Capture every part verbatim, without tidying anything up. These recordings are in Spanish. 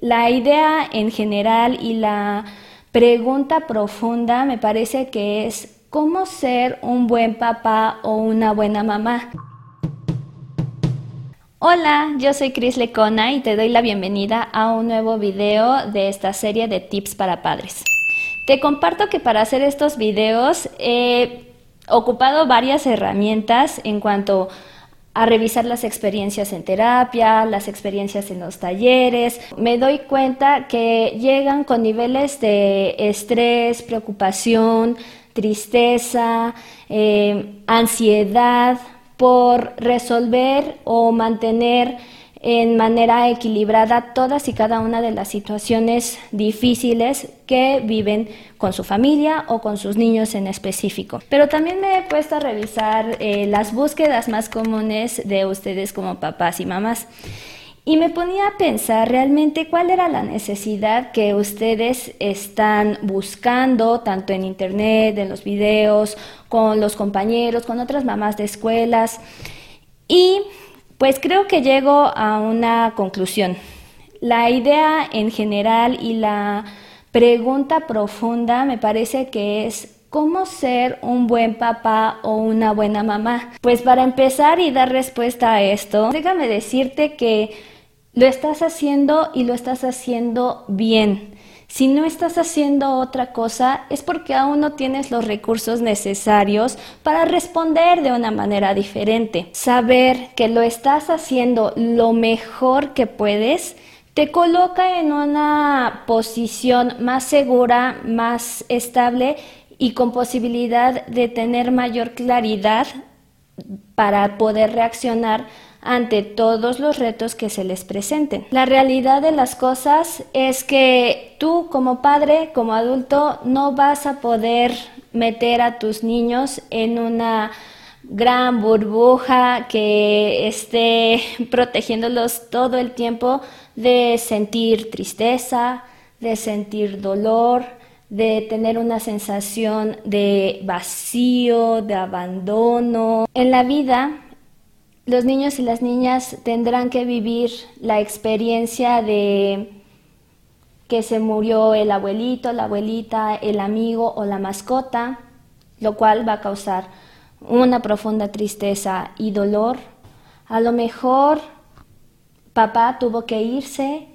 La idea en general y la pregunta profunda me parece que es ¿cómo ser un buen papá o una buena mamá? Hola, yo soy Cris Lecona y te doy la bienvenida a un nuevo video de esta serie de tips para padres. Te comparto que para hacer estos videos he ocupado varias herramientas en cuanto a revisar las experiencias en terapia, las experiencias en los talleres. Me doy cuenta que llegan con niveles de estrés, preocupación, tristeza, eh, ansiedad por resolver o mantener en manera equilibrada todas y cada una de las situaciones difíciles que viven con su familia o con sus niños en específico. Pero también me he puesto a revisar eh, las búsquedas más comunes de ustedes como papás y mamás. Y me ponía a pensar realmente cuál era la necesidad que ustedes están buscando, tanto en internet, en los videos, con los compañeros, con otras mamás de escuelas. Y pues creo que llego a una conclusión. La idea en general y la pregunta profunda me parece que es ¿cómo ser un buen papá o una buena mamá? Pues para empezar y dar respuesta a esto, déjame decirte que lo estás haciendo y lo estás haciendo bien. Si no estás haciendo otra cosa, es porque aún no tienes los recursos necesarios para responder de una manera diferente. Saber que lo estás haciendo lo mejor que puedes te coloca en una posición más segura, más estable y con posibilidad de tener mayor claridad para poder reaccionar ante todos los retos que se les presenten. La realidad de las cosas es que tú como padre, como adulto, no vas a poder meter a tus niños en una gran burbuja que esté protegiéndolos todo el tiempo de sentir tristeza, de sentir dolor, de tener una sensación de vacío, de abandono. En la vida, los niños y las niñas tendrán que vivir la experiencia de que se murió el abuelito, la abuelita, el amigo o la mascota, lo cual va a causar una profunda tristeza y dolor. A lo mejor papá tuvo que irse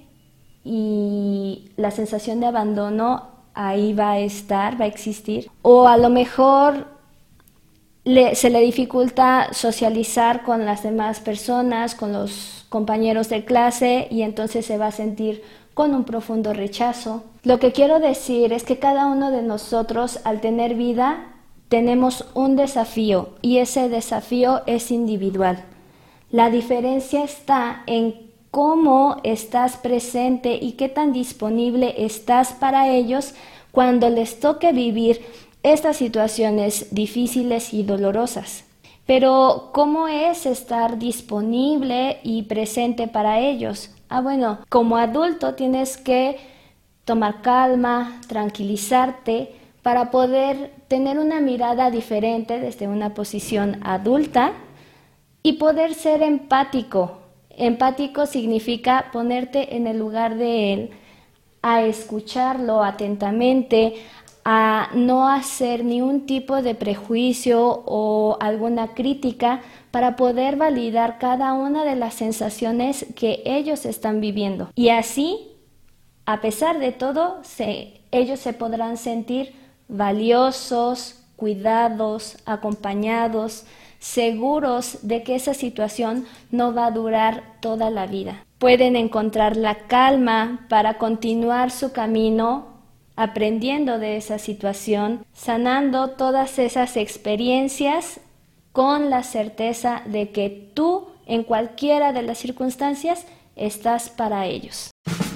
y la sensación de abandono ahí va a estar, va a existir. O a lo mejor Le, se le dificulta socializar con las demás personas, con los compañeros de clase y entonces se va a sentir con un profundo rechazo. Lo que quiero decir es que cada uno de nosotros al tener vida tenemos un desafío y ese desafío es individual. La diferencia está en cómo estás presente y qué tan disponible estás para ellos cuando les toque vivir estas situaciones difíciles y dolorosas. Pero ¿cómo es estar disponible y presente para ellos? Ah, bueno, como adulto tienes que tomar calma, tranquilizarte para poder tener una mirada diferente desde una posición adulta y poder ser empático. Empático significa ponerte en el lugar de él, a escucharlo atentamente, a no hacer ni un tipo de prejuicio o alguna crítica para poder validar cada una de las sensaciones que ellos están viviendo. Y así, a pesar de todo, se, ellos se podrán sentir valiosos, cuidados, acompañados, seguros de que esa situación no va a durar toda la vida. Pueden encontrar la calma para continuar su camino aprendiendo de esa situación, sanando todas esas experiencias con la certeza de que tú, en cualquiera de las circunstancias, estás para ellos.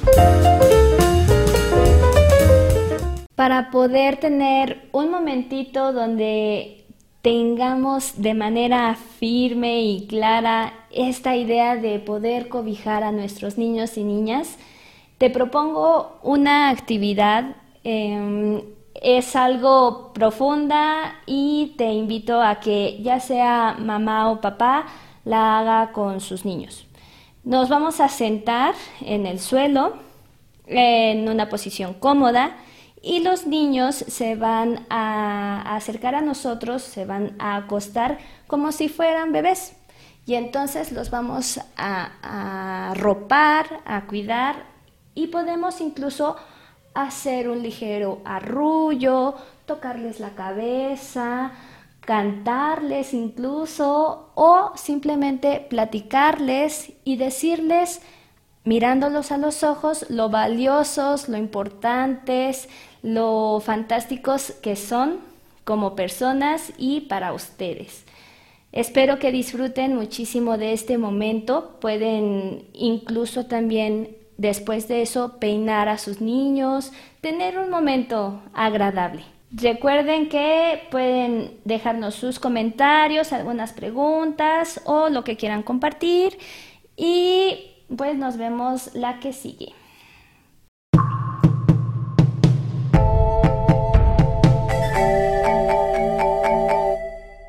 Para poder tener un momentito donde tengamos de manera firme y clara esta idea de poder cobijar a nuestros niños y niñas, te propongo una actividad. Eh, es algo profunda y te invito a que ya sea mamá o papá la haga con sus niños. Nos vamos a sentar en el suelo en una posición cómoda y los niños se van a acercar a nosotros, se van a acostar como si fueran bebés. Y entonces los vamos a, a arropar, a cuidar y podemos incluso hacer un ligero arrullo, tocarles la cabeza, cantarles incluso o simplemente platicarles y decirles, mirándolos a los ojos, lo valiosos, lo importantes, lo fantásticos que son como personas y para ustedes. Espero que disfruten muchísimo de este momento. Pueden incluso también después de eso peinar a sus niños, tener un momento agradable. Recuerden que pueden dejarnos sus comentarios, algunas preguntas o lo que quieran compartir y pues nos vemos la que sigue.